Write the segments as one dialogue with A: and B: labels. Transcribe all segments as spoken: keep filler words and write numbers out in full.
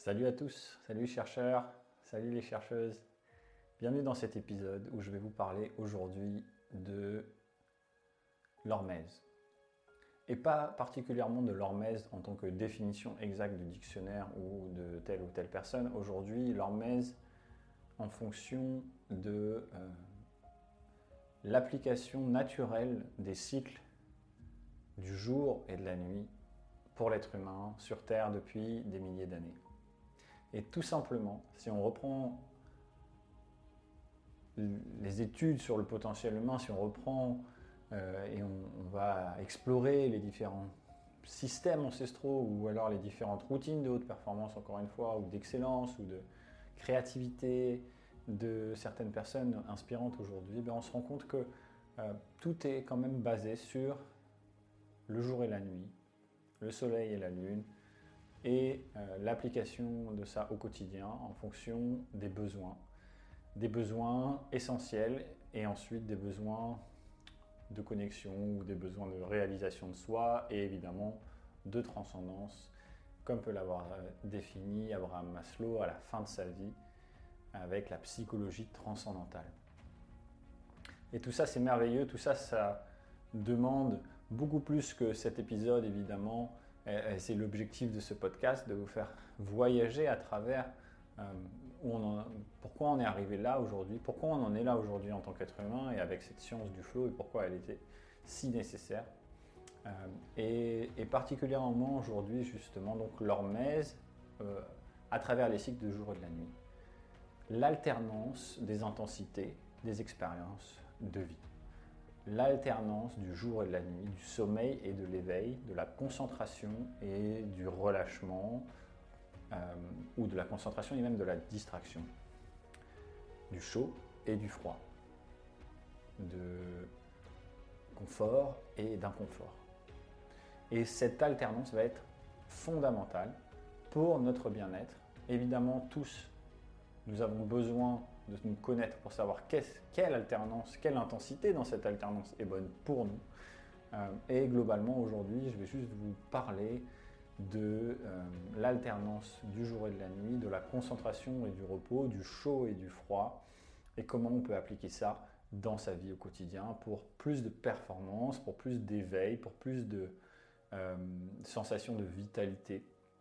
A: Salut à tous, salut les chercheurs, salut les chercheuses. Bienvenue dans cet épisode où je vais vous parler aujourd'hui de l'hormèse. Et pas particulièrement de l'hormèse en tant que définition exacte du dictionnaire ou de telle ou telle personne. Aujourd'hui, l'hormèse en fonction de euh, l'application naturelle des cycles du jour et de la nuit pour l'être humain sur Terre depuis des milliers d'années. Et tout simplement, si on reprend les études sur le potentiel humain, si on reprend euh, et on, on va explorer les différents systèmes ancestraux ou alors les différentes routines de haute performance, encore une fois, ou d'excellence ou de créativité de certaines personnes inspirantes aujourd'hui, ben on se rend compte que euh, tout est quand même basé sur le jour et la nuit, le soleil et la lune, et euh, l'application de ça au quotidien en fonction des besoins. Des besoins essentiels et ensuite des besoins de connexion ou des besoins de réalisation de soi et évidemment de transcendance, comme peut l'avoir défini Abraham Maslow à la fin de sa vie avec la psychologie transcendantale. Et tout ça, c'est merveilleux, tout ça, ça demande beaucoup plus que cet épisode, évidemment. C'est l'objectif de ce podcast, de vous faire voyager à travers euh, où on en, pourquoi on est arrivé là aujourd'hui, pourquoi on en est là aujourd'hui en tant qu'être humain et avec cette science du flow et pourquoi elle était si nécessaire. Euh, et, et particulièrement aujourd'hui, justement, donc l'hormèse euh, à travers les cycles de jour et de la nuit. L'alternance des intensités, des expériences de vie. L'alternance du jour et de la nuit, du sommeil et de l'éveil, de la concentration et du relâchement, euh, ou de la concentration et même de la distraction, du chaud et du froid, de confort et d'inconfort. Et cette alternance va être fondamentale pour notre bien-être. Évidemment, tous, nous avons besoin de nous connaître pour savoir quelle alternance, quelle intensité dans cette alternance est bonne pour nous. Euh, et globalement, aujourd'hui, je vais juste vous parler de euh, l'alternance du jour et de la nuit, de la concentration et du repos, du chaud et du froid, et comment on peut appliquer ça dans sa vie au quotidien pour plus de performance, pour plus d'éveil, pour plus de euh, sensation de vitalité.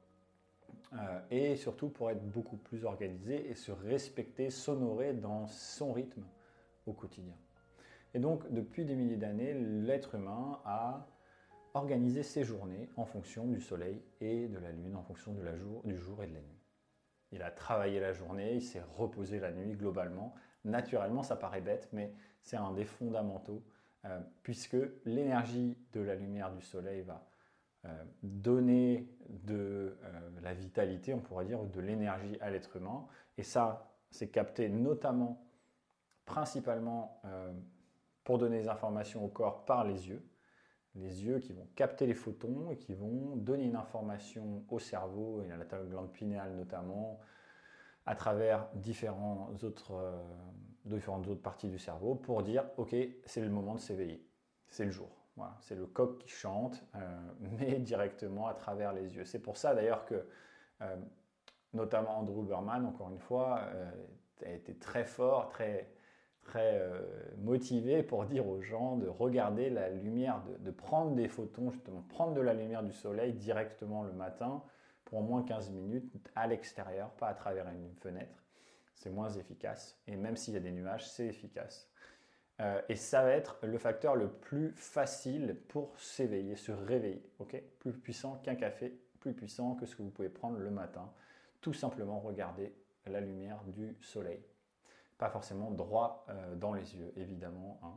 A: Euh, et surtout pour être beaucoup plus organisé et se respecter, s'honorer dans son rythme au quotidien. Et donc, depuis des milliers d'années, l'être humain a organisé ses journées en fonction du soleil et de la lune, en fonction de la jour, du jour et de la nuit. Il a travaillé la journée, il s'est reposé la nuit globalement. Naturellement, ça paraît bête, mais c'est un des fondamentaux, euh, puisque l'énergie de la lumière du soleil va Euh, donner de euh, la vitalité, on pourrait dire, ou de l'énergie à l'être humain. Et ça, c'est capté notamment, principalement, euh, pour donner des informations au corps par les yeux. Les yeux qui vont capter les photons et qui vont donner une information au cerveau, et à la glande pinéale notamment, à travers différents autres, euh, différentes autres parties du cerveau, pour dire « Ok, c'est le moment de s'éveiller, c'est le jour ». Voilà, c'est le coq qui chante, euh, mais directement à travers les yeux. C'est pour ça d'ailleurs que, euh, notamment Andrew Huberman, encore une fois, euh, a été très fort, très, très euh, motivé pour dire aux gens de regarder la lumière, de, de prendre des photons, justement, prendre de la lumière du soleil directement le matin pour au moins quinze minutes à l'extérieur, pas à travers une fenêtre. C'est moins efficace. Et même s'il y a des nuages, c'est efficace. Euh, et ça va être le facteur le plus facile pour s'éveiller, se réveiller. Okay, plus puissant qu'un café, plus puissant que ce que vous pouvez prendre le matin. Tout simplement regarder la lumière du soleil. Pas forcément droit euh, dans les yeux, évidemment. Hein.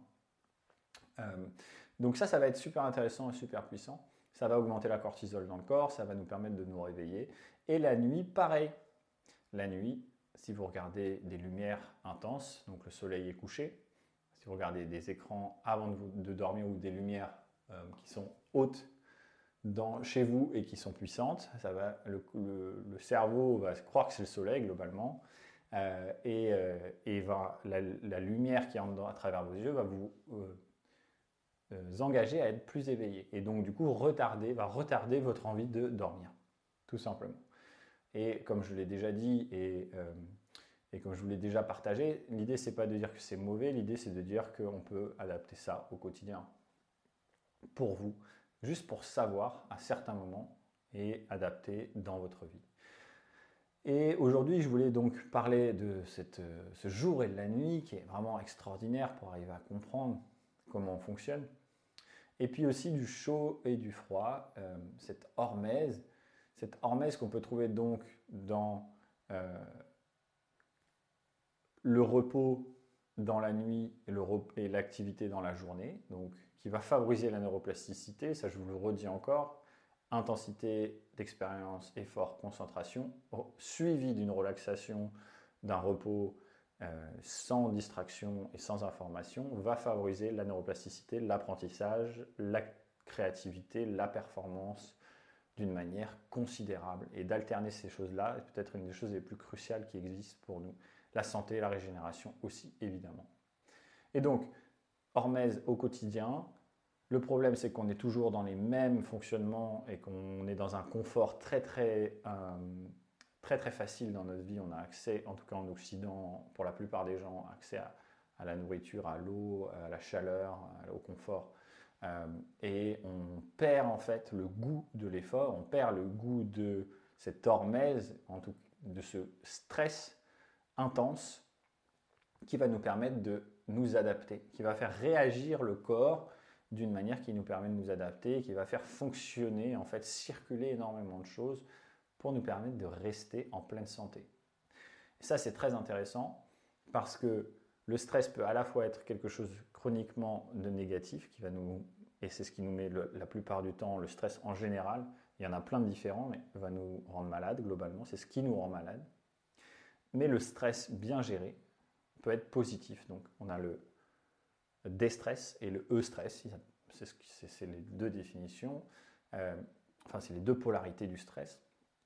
A: Euh, donc ça, ça va être super intéressant et super puissant. Ça va augmenter la cortisol dans le corps, ça va nous permettre de nous réveiller. Et la nuit, pareil. La nuit, si vous regardez des lumières intenses, donc le soleil est couché, si vous regardez des écrans avant de, vous, de dormir ou des lumières euh, qui sont hautes dans, chez vous et qui sont puissantes, ça va, le, le, le cerveau va croire que c'est le soleil globalement euh, et, euh, et va, la, la lumière qui entre à travers vos yeux va vous euh, euh, engager à être plus éveillé et donc du coup retarder, va retarder votre envie de dormir, tout simplement. Et comme je l'ai déjà dit et, euh, et comme je vous l'ai déjà partagé, l'idée c'est pas de dire que c'est mauvais, l'idée c'est de dire qu'on peut adapter ça au quotidien pour vous, juste pour savoir à certains moments et adapter dans votre vie. Et aujourd'hui, je voulais donc parler de cette, ce jour et de la nuit qui est vraiment extraordinaire pour arriver à comprendre comment on fonctionne. Et puis aussi du chaud et du froid, euh, cette hormèse, cette hormèse qu'on peut trouver donc dans euh, le repos dans la nuit et, le et l'activité dans la journée, donc qui va favoriser la neuroplasticité, ça je vous le redis encore, intensité d'expérience, effort, concentration, suivi d'une relaxation, d'un repos euh, sans distraction et sans information, va favoriser la neuroplasticité, l'apprentissage, la créativité, la performance d'une manière considérable. Et d'alterner ces choses-là est peut-être une des choses les plus cruciales qui existent pour nous. La santé et la régénération aussi, évidemment. Et donc, hormèse au quotidien. Le problème, c'est qu'on est toujours dans les mêmes fonctionnements et qu'on est dans un confort très, très, euh, très, très facile dans notre vie. On a accès, en tout cas en Occident, pour la plupart des gens, accès à, à la nourriture, à l'eau, à la chaleur, au confort. Euh, et on perd en fait le goût de l'effort, on perd le goût de cette hormèse, en tout, de ce stress intense qui va nous permettre de nous adapter, qui va faire réagir le corps d'une manière qui nous permet de nous adapter, qui va faire fonctionner, en fait, circuler énormément de choses pour nous permettre de rester en pleine santé. Et ça, c'est très intéressant parce que le stress peut à la fois être quelque chose chroniquement de négatif, qui va nous, et c'est ce qui nous met le, la plupart du temps, le stress en général, il y en a plein de différents, mais va nous rendre malade globalement, c'est ce qui nous rend malade. Mais le stress bien géré peut être positif. Donc on a le déstress et le eustress, c'est les deux définitions, euh, enfin c'est les deux polarités du stress.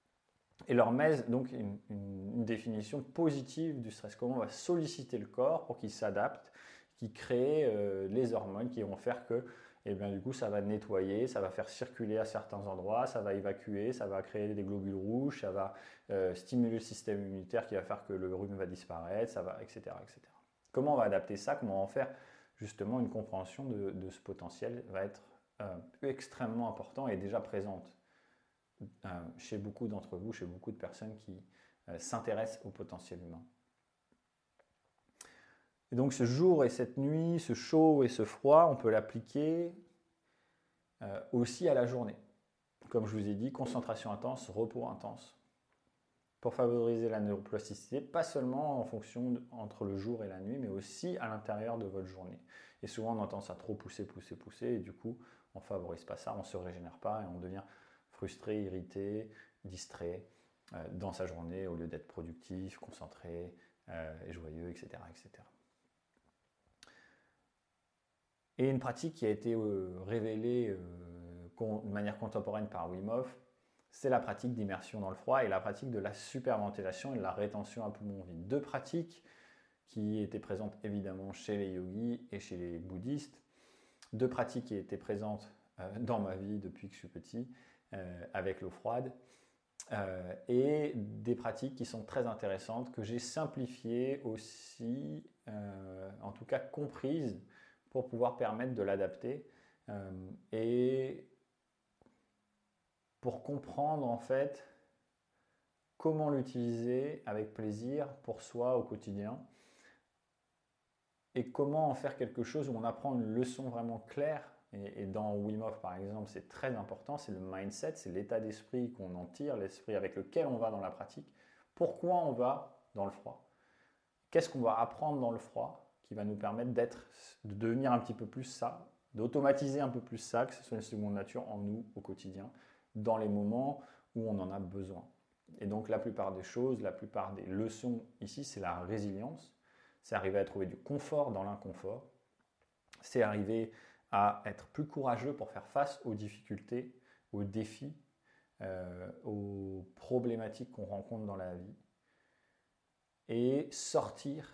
A: Et leur met donc une, une, une définition positive du stress, comment on va solliciter le corps pour qu'il s'adapte, qu'il crée euh, les hormones qui vont faire que, et bien, du coup, ça va nettoyer, ça va faire circuler à certains endroits, ça va évacuer, ça va créer des globules rouges, ça va euh, stimuler le système immunitaire qui va faire que le rhume va disparaître, ça va, et cetera, et cetera. Comment on va adapter ça, comment on va en faire justement une compréhension de, de ce potentiel va être euh, extrêmement important et déjà présente euh, chez beaucoup d'entre vous, chez beaucoup de personnes qui euh, s'intéressent au potentiel humain. Et donc ce jour et cette nuit, ce chaud et ce froid, on peut l'appliquer euh, aussi à la journée. Comme je vous ai dit, concentration intense, repos intense. Pour favoriser la neuroplasticité, pas seulement en fonction de, entre le jour et la nuit, mais aussi à l'intérieur de votre journée. Et souvent on entend ça trop pousser, pousser, pousser, et du coup on ne favorise pas ça, on ne se régénère pas et on devient frustré, irrité, distrait euh, dans sa journée au lieu d'être productif, concentré euh, et joyeux, et cetera, et cetera. Et une pratique qui a été euh, révélée euh, con, de manière contemporaine par Wim Hof, c'est la pratique d'immersion dans le froid et la pratique de la superventilation et de la rétention à poumon vide. Deux pratiques qui étaient présentes évidemment chez les yogis et chez les bouddhistes. Deux pratiques qui étaient présentes euh, dans ma vie depuis que je suis petit, euh, avec l'eau froide. Euh, et des pratiques qui sont très intéressantes, que j'ai simplifiées aussi, euh, en tout cas comprises, pour pouvoir permettre de l'adapter euh, et pour comprendre en fait comment l'utiliser avec plaisir pour soi au quotidien et comment en faire quelque chose où on apprend une leçon vraiment claire. Et, et dans Wim Hof par exemple, c'est très important, c'est le mindset, c'est l'état d'esprit qu'on en tire, l'esprit avec lequel on va dans la pratique. Pourquoi on va dans le froid? Qu'est-ce qu'on va apprendre dans le froid qui va nous permettre d'être, de devenir un petit peu plus ça, d'automatiser un peu plus ça, que ce soit une seconde nature en nous au quotidien, dans les moments où on en a besoin. Et donc la plupart des choses, la plupart des leçons ici, c'est la résilience, c'est arriver à trouver du confort dans l'inconfort, c'est arriver à être plus courageux pour faire face aux difficultés, aux défis, euh, aux problématiques qu'on rencontre dans la vie, et sortir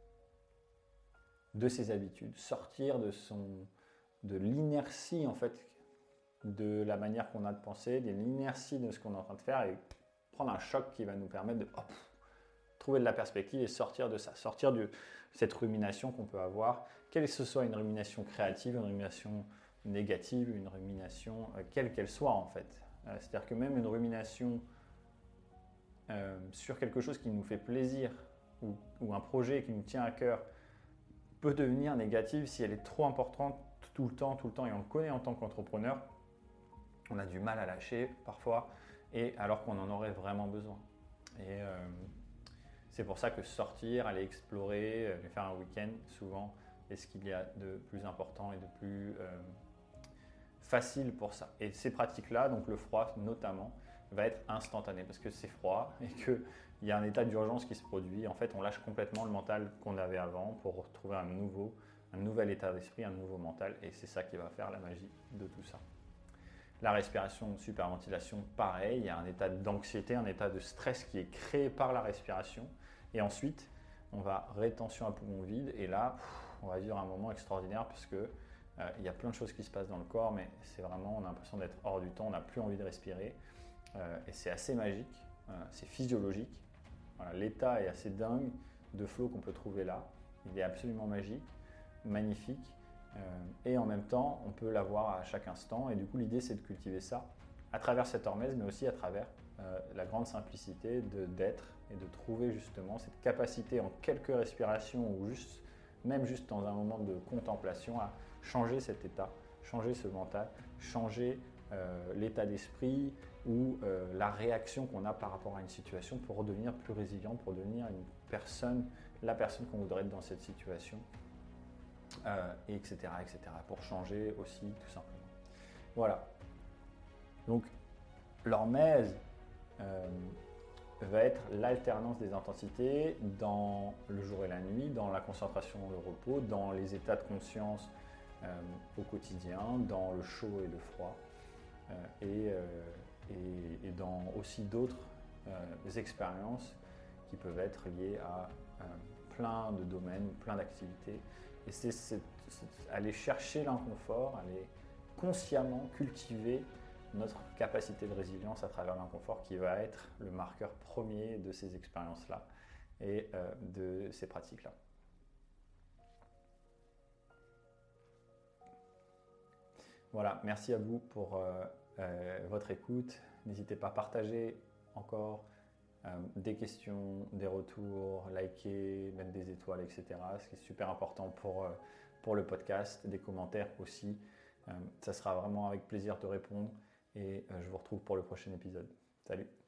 A: de ses habitudes, sortir de, son, de l'inertie en fait, de la manière qu'on a de penser, de l'inertie de ce qu'on est en train de faire et prendre prendre un choc qui va nous permettre de hop, trouver de la perspective et sortir de ça, sortir de cette rumination qu'on peut avoir, quelle que ce soit une rumination créative, une rumination négative, une rumination euh, quelle qu'elle soit en fait. Euh, C'est-à-dire que même une rumination euh, sur quelque chose qui nous fait plaisir ou, ou un projet qui nous tient à cœur peut devenir négative si elle est trop importante tout le temps, tout le temps, et on le connaît en tant qu'entrepreneur, on a du mal à lâcher parfois, et alors qu'on en aurait vraiment besoin. Et euh, c'est pour ça que sortir, aller explorer, aller faire un week-end, souvent, est ce qu'il y a de plus important et de plus euh, facile pour ça. Et ces pratiques-là, donc le froid notamment, va être instantané parce que c'est froid et qu'il y a un état d'urgence qui se produit. En fait, on lâche complètement le mental qu'on avait avant pour retrouver un nouveau, un nouvel état d'esprit, un nouveau mental, et c'est ça qui va faire la magie de tout ça. La respiration, superventilation, pareil, il y a un état d'anxiété, un état de stress qui est créé par la respiration, et ensuite on va rétention à poumon vide, et là on va vivre un moment extraordinaire parce que euh, il y a plein de choses qui se passent dans le corps, mais c'est vraiment, on a l'impression d'être hors du temps, on n'a plus envie de respirer, euh, et c'est assez magique, euh, c'est physiologique. Voilà, l'état est assez dingue de flow qu'on peut trouver là, il est absolument magique, magnifique, euh, et en même temps on peut l'avoir à chaque instant, et du coup l'idée c'est de cultiver ça à travers cette hormèse, mais aussi à travers euh, la grande simplicité de, d'être et de trouver justement cette capacité en quelques respirations ou juste, même juste dans un moment de contemplation à changer cet état, changer ce mental, changer euh, l'état d'esprit ou euh, la réaction qu'on a par rapport à une situation pour redevenir plus résilient, pour devenir une personne, la personne qu'on voudrait être dans cette situation, euh, et etc., et cetera, pour changer aussi tout simplement. Voilà. Donc, l'hormèse euh, va être l'alternance des intensités dans le jour et la nuit, dans la concentration et le repos, dans les états de conscience euh, au quotidien, dans le chaud et le froid, euh, et, euh, et, et dans aussi d'autres euh, expériences qui peuvent être liées à euh, plein de domaines, plein d'activités. Et c'est, c'est, c'est aller chercher l'inconfort, aller consciemment cultiver notre capacité de résilience à travers l'inconfort qui va être le marqueur premier de ces expériences-là et euh, de ces pratiques-là. Voilà, merci à vous pour euh, euh, votre écoute. N'hésitez pas à partager encore euh, des questions, des retours, liker, mettre des étoiles, et cetera. Ce qui est super important pour, euh, pour le podcast, des commentaires aussi. Euh, ça sera vraiment avec plaisir de répondre. Et je vous retrouve pour le prochain épisode. Salut!